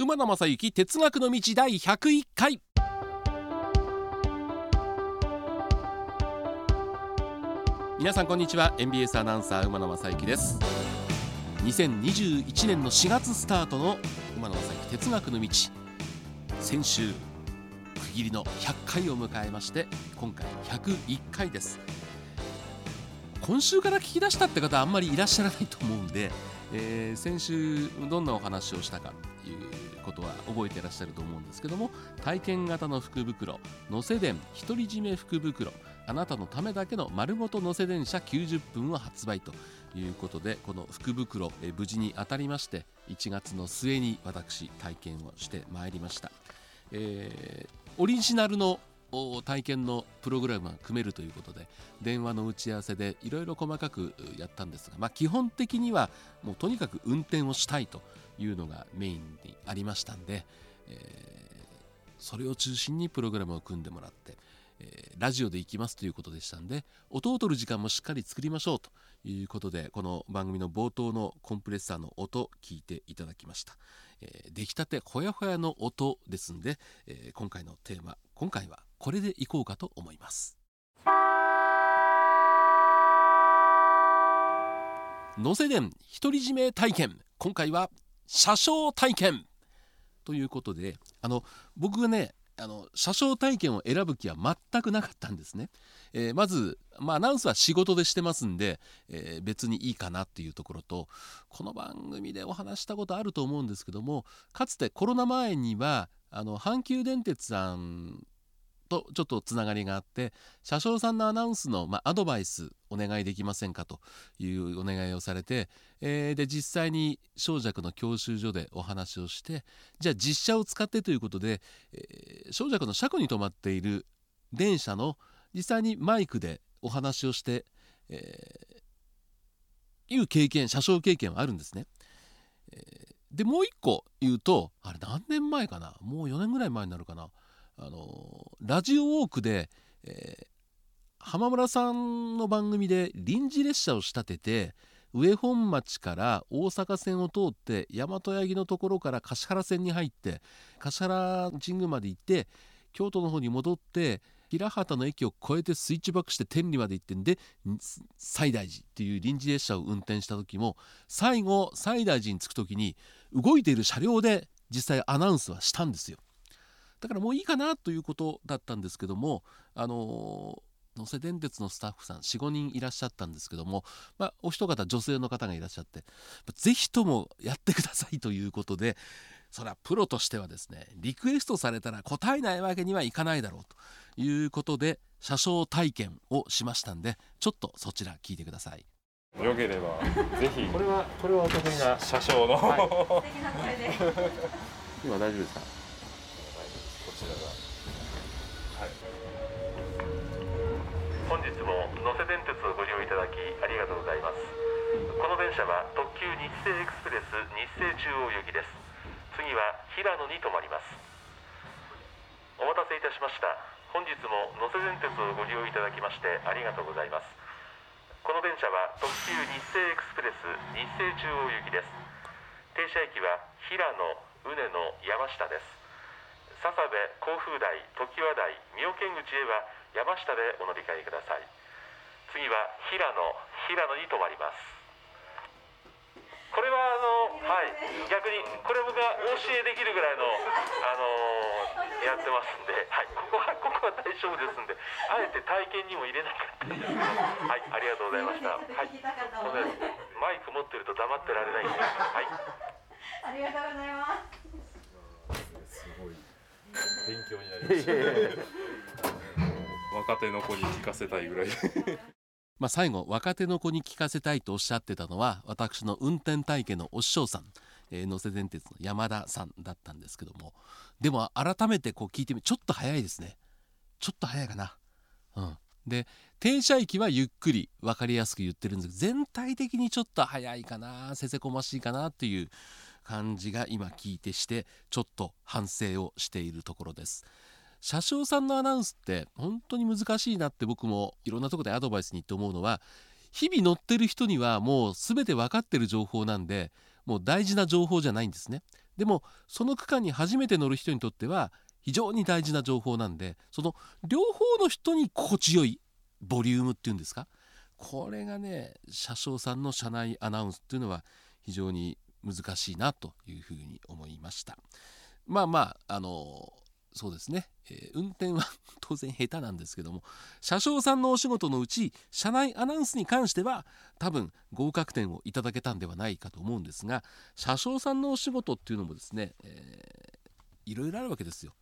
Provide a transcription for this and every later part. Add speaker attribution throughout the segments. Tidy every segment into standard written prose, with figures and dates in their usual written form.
Speaker 1: 馬野正幸哲学の道第101回。皆さんこんにちは。 MBS アナウンサー馬野正幸です。2021年の4月スタートの馬野正幸哲学の道、先週区切りの100回を迎えまして、今回101回です。今週から聞き出したって方はあんまりいらっしゃらないと思うんで、先週どんなお話をしたかということは覚えていらっしゃると思うんですけども、体験型の福袋、のせ電独り占め福袋、あなたのためだけの丸ごとのせ電車90分を発売ということで、この福袋、無事に当たりまして、1月の末に私体験をしてまいりました。オリジナルの体験のプログラムが組めるということで、電話の打ち合わせでいろいろ細かくやったんですが、基本的にはもうとにかく運転をしたいというのがメインにありましたんで、それを中心にプログラムを組んでもらって、ラジオで行きますということでしたんで、音を取る時間もしっかり作りましょうということで、この番組の冒頭のコンプレッサーの音聞いていただきました。出来たてほやほやの音ですんで、今回のテーマ、今回はこれでいこうかと思います。のせ電独り占め体験、今回は車掌体験ということで、僕がね、車掌体験を選ぶ気は全くなかったんですね。まず、アナウンスは仕事でしてますんで、別にいいかなっていうところと、この番組でお話したことあると思うんですけども、かつてコロナ前には阪急電鉄さんとちょっとつながりがあって、車掌さんのアナウンスの、アドバイスお願いできませんかというお願いをされて、で実際に小弱の教習所でお話をして、じゃあ実車を使ってということで、小弱の車庫に止まっている電車の実際にマイクでお話をして、いう経験、車掌経験はあるんですね。でもう一個言うと、あれ何年前かな、もう4年ぐらい前になるかな、ラジオウォークで、浜村さんの番組で臨時列車を仕立てて、上本町から大阪線を通って大和八木のところから橿原線に入って、橿原神宮まで行って京都の方に戻って、平畑の駅を越えてスイッチバックして天理まで行ってんで、西大寺っていう臨時列車を運転した時も、最後西大寺に着く時に動いている車両で実際アナウンスはしたんですよ。だからもういいかなということだったんですけども、のせ電鉄のスタッフさん 4,5 人いらっしゃったんですけども、お一方女性の方がいらっしゃって、ぜひともやってくださいということで、それはプロとしてはですね、リクエストされたら答えないわけにはいかないだろうということで、車掌体験をしましたんで、ちょっとそちら聞いてください。
Speaker 2: よければぜひ。これはお得意な車掌の、はい、
Speaker 1: 今大丈夫ですか？
Speaker 2: こちらが、はい、
Speaker 3: 本日ものせ電鉄をご利用いただきありがとうございます。この電車は特急日清エクスプレス日清中央行きです。次は平野に停まります。お待たせいたしました。本日ものせ電鉄をご利用いただきましてありがとうございます。この電車は特急日清エクスプレス日清中央行きです。停車駅は平野、畝野、山下です。笹部、甲府台、常盤台、妙見口へは山下でお乗り換えください。次は平野に停まります。これは逆にこれ僕がお教えできるぐらいのやってますんで、ここは大丈夫ですんで、あえて体験にも入れなかったんですけど、はい、ありがとうございました。マイク持ってると黙ってられないんで、
Speaker 4: ありがとうございます。
Speaker 2: すごい勉強になりました若手の子に聞かせたいぐらい
Speaker 1: 最後、若手の子に聞かせたいとおっしゃってたのは、私の運転体験のお師匠さん、のせ電鉄の山田さんだったんですけども、でも改めて聞いてみ、ちょっと早いですね。ちょっと早いかな。で、停車駅はゆっくり分かりやすく言ってるんですけど、全体的にちょっと早いかな、せせこましいかなっていう感じが今聞いてして、ちょっと反省をしているところです。車掌さんのアナウンスって本当に難しいなって、僕もいろんなところでアドバイスにって思うのは、日々乗ってる人にはもう全て分かってる情報なんで、もう大事な情報じゃないんですね。 でもその区間に初めて乗る人にとっては非常に大事な情報なんで、その両方の人に心地よいボリュームっていうんですか、これがね車掌さんの車内アナウンスっていうのは非常に難しいなというふうに思いました。そうですね、運転は当然下手なんですけども、車掌さんのお仕事のうち車内アナウンスに関しては多分合格点をいただけたんではないかと思うんですが、車掌さんのお仕事っていうのもですね、いろいろあるわけですよ。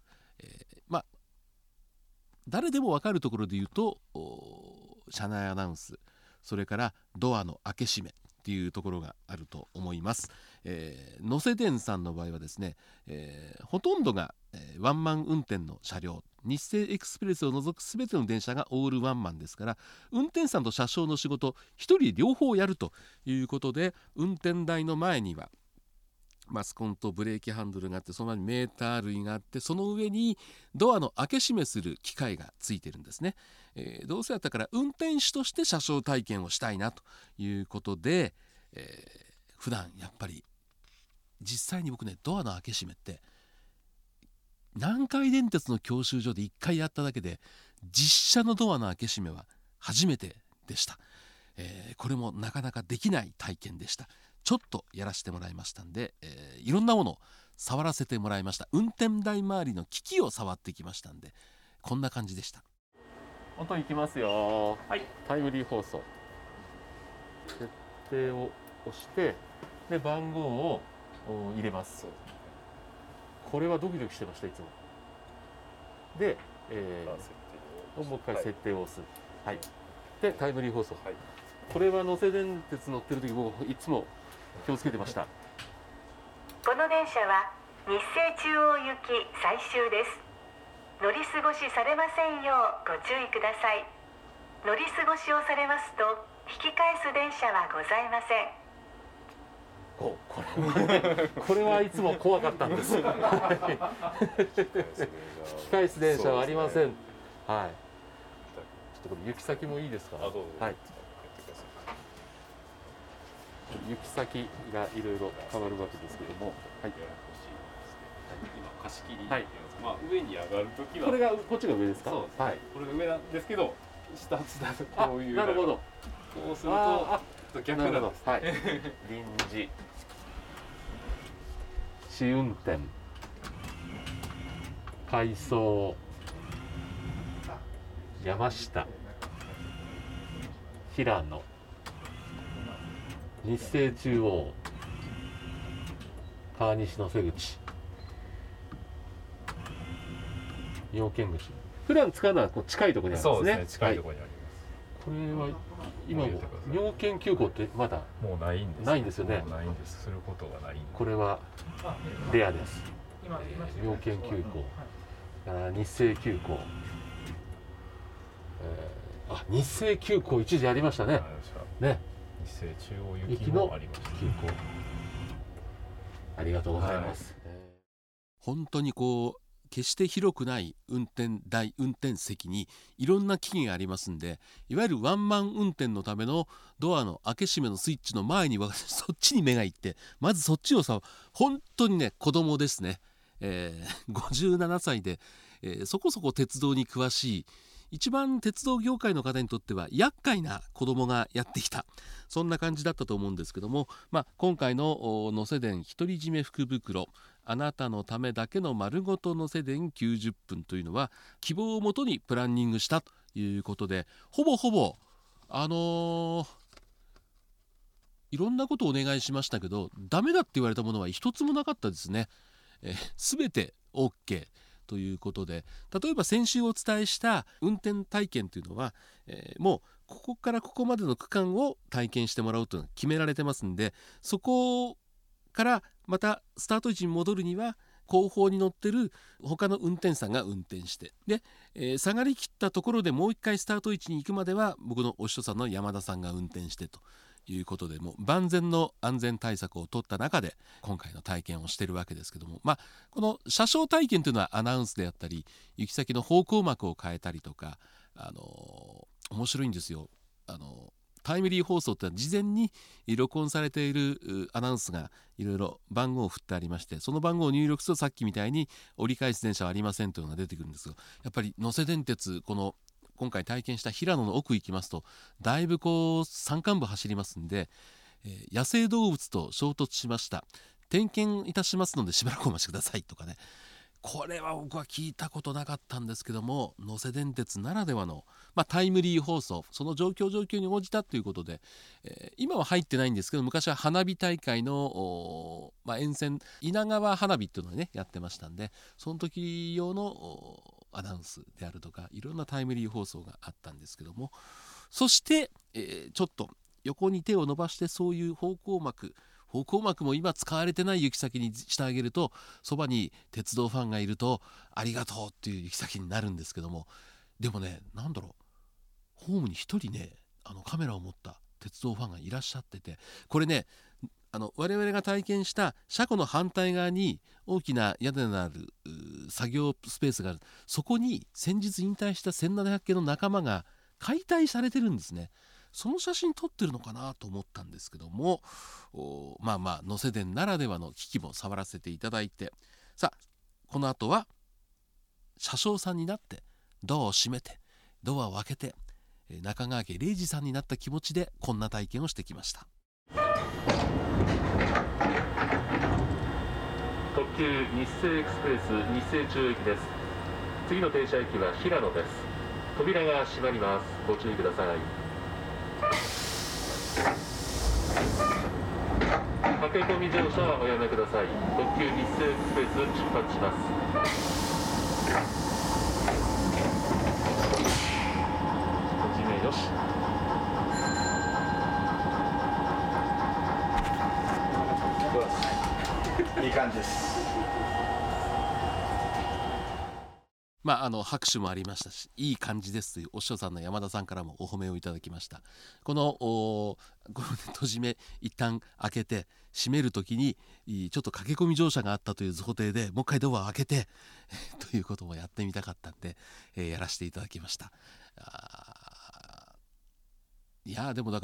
Speaker 1: 誰でも分かるところで言うと車内アナウンス、それからドアの開け閉めっていうところがあると思います。能勢電さんの場合はですね、ほとんどが、ワンマン運転の車両、日清エクスプレスを除く全ての電車がオールワンマンですから、運転手さんと車掌の仕事一人両方やるということで、運転台の前にはマスコンとブレーキハンドルがあって、その前にメーター類があって、その上にドアの開け閉めする機械がついてるんですね。どうせだったから運転手として車掌体験をしたいなということで、普段やっぱり実際に僕ね、ドアの開け閉めって南海電鉄の教習所で1回やっただけで、実車のドアの開け閉めは初めてでした。これもなかなかできない体験でした。ちょっとやらせてもらいましたんで、いろんなものを触らせてもらいました。運転台周りの機器を触ってきましたんで、こんな感じでした。音いきますよ。はい、タイムリー放送設定を押して、で番号を入れます。これはドキドキしてました、いつも。で、もう一回設定を押す。はい、でタイムリー放送。はい、これは能勢電鉄乗ってる時、僕いつも気をつけてました。
Speaker 5: この電車は日清中央行き最終です。乗り過ごしされませんようご注意ください。乗り過ごしをされますと引き返す電車はございません。
Speaker 1: これはいつも怖かったんです。引き返す電車はありません。はい。ちょっとこれ行き先もいいですか。はい。行き先がいろいろ変わるわけですけども、はい。
Speaker 2: 今貸し切り。はい。上に上がるときは
Speaker 1: これがこっちが上ですか。
Speaker 2: そうです。はい。これが上なんですけど、下だとこういう。
Speaker 1: なるほど。
Speaker 2: こうすると逆なんです。
Speaker 1: はい。臨時。試運転、回送、山下、平野、日清中央、川西の瀬口、妙見口。普段使うのはこう近いところにあるんですね。
Speaker 2: そうですね、近いところにあります。
Speaker 1: これは今も妙見急行ってまだ
Speaker 2: もうないんです。
Speaker 1: ないんですよね。
Speaker 2: もうないんです。することがないんで。
Speaker 1: これはレアです。妙見急行、日清急行、日清急行一時ありましたね。ね。
Speaker 2: 日清中央行きもありました。
Speaker 1: 急行。ありがとうございます。本当にこう決して広くない運転席にいろんな機器がありますんで、いわゆるワンマン運転のためのドアの開け閉めのスイッチの前にそっちに目がいって、まずそっちを本当にね子供ですね。57歳で、そこそこ鉄道に詳しい、一番鉄道業界の方にとっては厄介な子供がやってきた、そんな感じだったと思うんですけども、今回の能勢電独り占め福袋、あなたのためだけの丸ごと能勢電90分というのは希望をもとにプランニングしたということで、ほぼいろんなことをお願いしましたけど、ダメだって言われたものは一つもなかったですね。全て OK ということで、例えば先週お伝えした運転体験というのは、もうここからここまでの区間を体験してもらうというのが決められてますんで、そこからまたスタート位置に戻るには後方に乗ってる他の運転手さんが運転して、で、下がりきったところでもう一回スタート位置に行くまでは僕のお師匠さんの山田さんが運転してということで、もう万全の安全対策を取った中で今回の体験をしているわけですけども、この車掌体験というのはアナウンスであったり、行き先の方向幕を変えたりとか、面白いんですよ。 タイムリー放送って事前に録音されているアナウンスがいろいろ番号を振ってありまして、その番号を入力するとさっきみたいに折り返す電車はありませんというのが出てくるんですが、やっぱり能勢電鉄、この今回体験した平野の奥行きますとだいぶ山間部走りますんで、野生動物と衝突しました、点検いたしますのでしばらくお待ちくださいとかね、これは僕は聞いたことなかったんですけども、能勢電鉄ならではの、タイムリー放送、その状況に応じたということで、今は入ってないんですけど、昔は花火大会の、沿線稲川花火っていうのをねやってましたんで、その時用のアナウンスであるとかいろんなタイムリー放送があったんですけども、そして、ちょっと横に手を伸ばしてそういう方向幕も今使われてない行き先にしてあげると、そばに鉄道ファンがいるとありがとうっていう行き先になるんですけども、でもね、ホームに一人ねカメラを持った鉄道ファンがいらっしゃってて、これね我々が体験した車庫の反対側に大きな屋根のある作業スペースがある、そこに先日引退した1700系の仲間が解体されてるんですね。その写真撮ってるのかなと思ったんですけども、能勢電ならではの機器も触らせていただいて、さあこの後は車掌さんになってドアを閉めてドアを開けて中川家礼二さんになった気持ちでこんな体験をしてきました。
Speaker 3: 特急日清エクスプレス日清中央駅です。次の停車駅は平野です。扉が閉まります。ご注意ください。駆け込み乗車はおやめください。特急日清エクスプレス出発します。閉めよし。
Speaker 6: いい感じです。
Speaker 1: 拍手もありましたし、いい感じですというお師匠さんの山田さんからもお褒めをいただきました。この閉じ目一旦開けて閉めるときにちょっと駆け込み乗車があったという想定でもう一回ドアを開けてということもやってみたかったんで、やらせていただきました。いやでもだ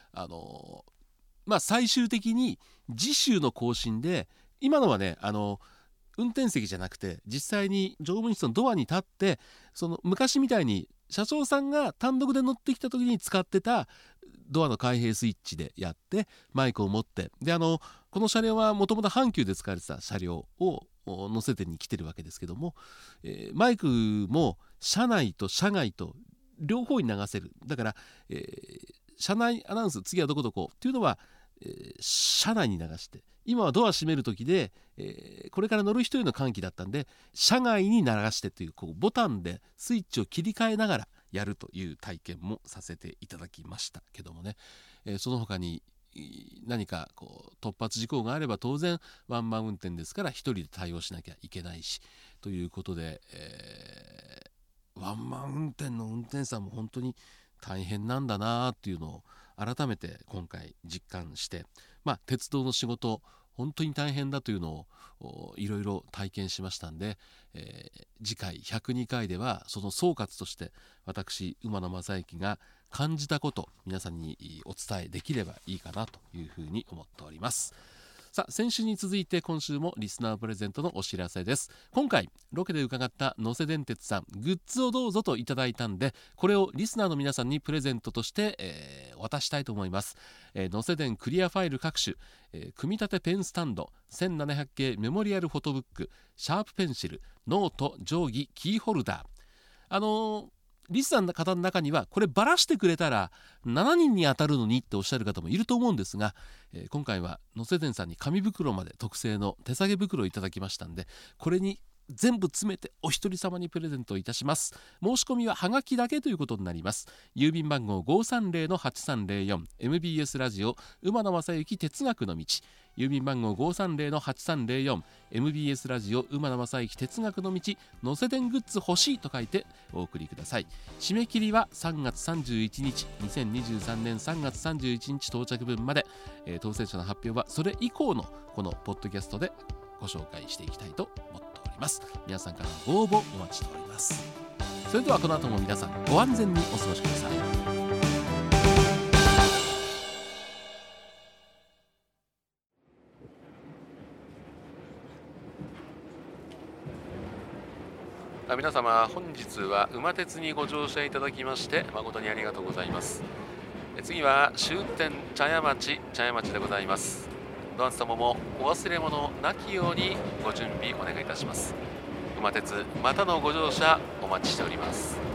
Speaker 1: から最終的に次週の更新で、今のはね運転席じゃなくて実際に乗務室のドアに立って、その昔みたいに車掌さんが単独で乗ってきた時に使ってたドアの開閉スイッチでやってマイクを持って、でこの車両はもともと阪急で使われてた車両を乗せてに来てるわけですけども、マイクも車内と車外と両方に流せる。だから、車内アナウンス次はどこどこっていうのは車内に流して、今はドア閉める時で、これから乗る人への喚起だったんで車外に流してという、ボタンでスイッチを切り替えながらやるという体験もさせていただきましたけどもね、その他に何か突発事故があれば当然ワンマン運転ですから一人で対応しなきゃいけないしということで、ワンマン運転の運転手さんも本当に大変なんだなっていうのを改めて今回実感して、鉄道の仕事本当に大変だというのをいろいろ体験しましたんで、次回102回ではその総括として私馬野正幸が感じたこと皆さんにお伝えできればいいかなというふうに思っております。さあ先週に続いて今週もリスナープレゼントのお知らせです。今回ロケで伺った能勢電鉄さんグッズをどうぞといただいたんで、これをリスナーの皆さんにプレゼントとして、渡したいと思います。能勢電クリアファイル各種、組み立てペンスタンド1700系メモリアルフォトブック、シャープペンシル、ノート、定規、キーホルダー、リスナーの方の中にはこればらしてくれたら7人に当たるのにっておっしゃる方もいると思うんですが、今回は能勢電さんに紙袋まで特製の手提げ袋をいただきましたんで、これに全部詰めてお一人様にプレゼントいたします。申し込みはハガキだけということになります。郵便番号 530-8304 MBS ラジオ馬野正幸哲学の道、郵便番号 530-8304 MBS ラジオ馬野正幸哲学の道、能勢電グッズ欲しいと書いてお送りください。締め切りは3月31日2023年3月31日到着分まで、当選者の発表はそれ以降のこのポッドキャストでご紹介していきたいと思っております。皆さんからのご応募お待ちしております。それではこの後も皆さんご安全にお過ごしください。 皆様、本日は馬鉄にご乗車いただきまして誠にありがとうございます。次は終点茶屋町でございます。ドアン様もお忘れ物なきようにご準備お願いいたします。馬鉄またのご乗車お待ちしております。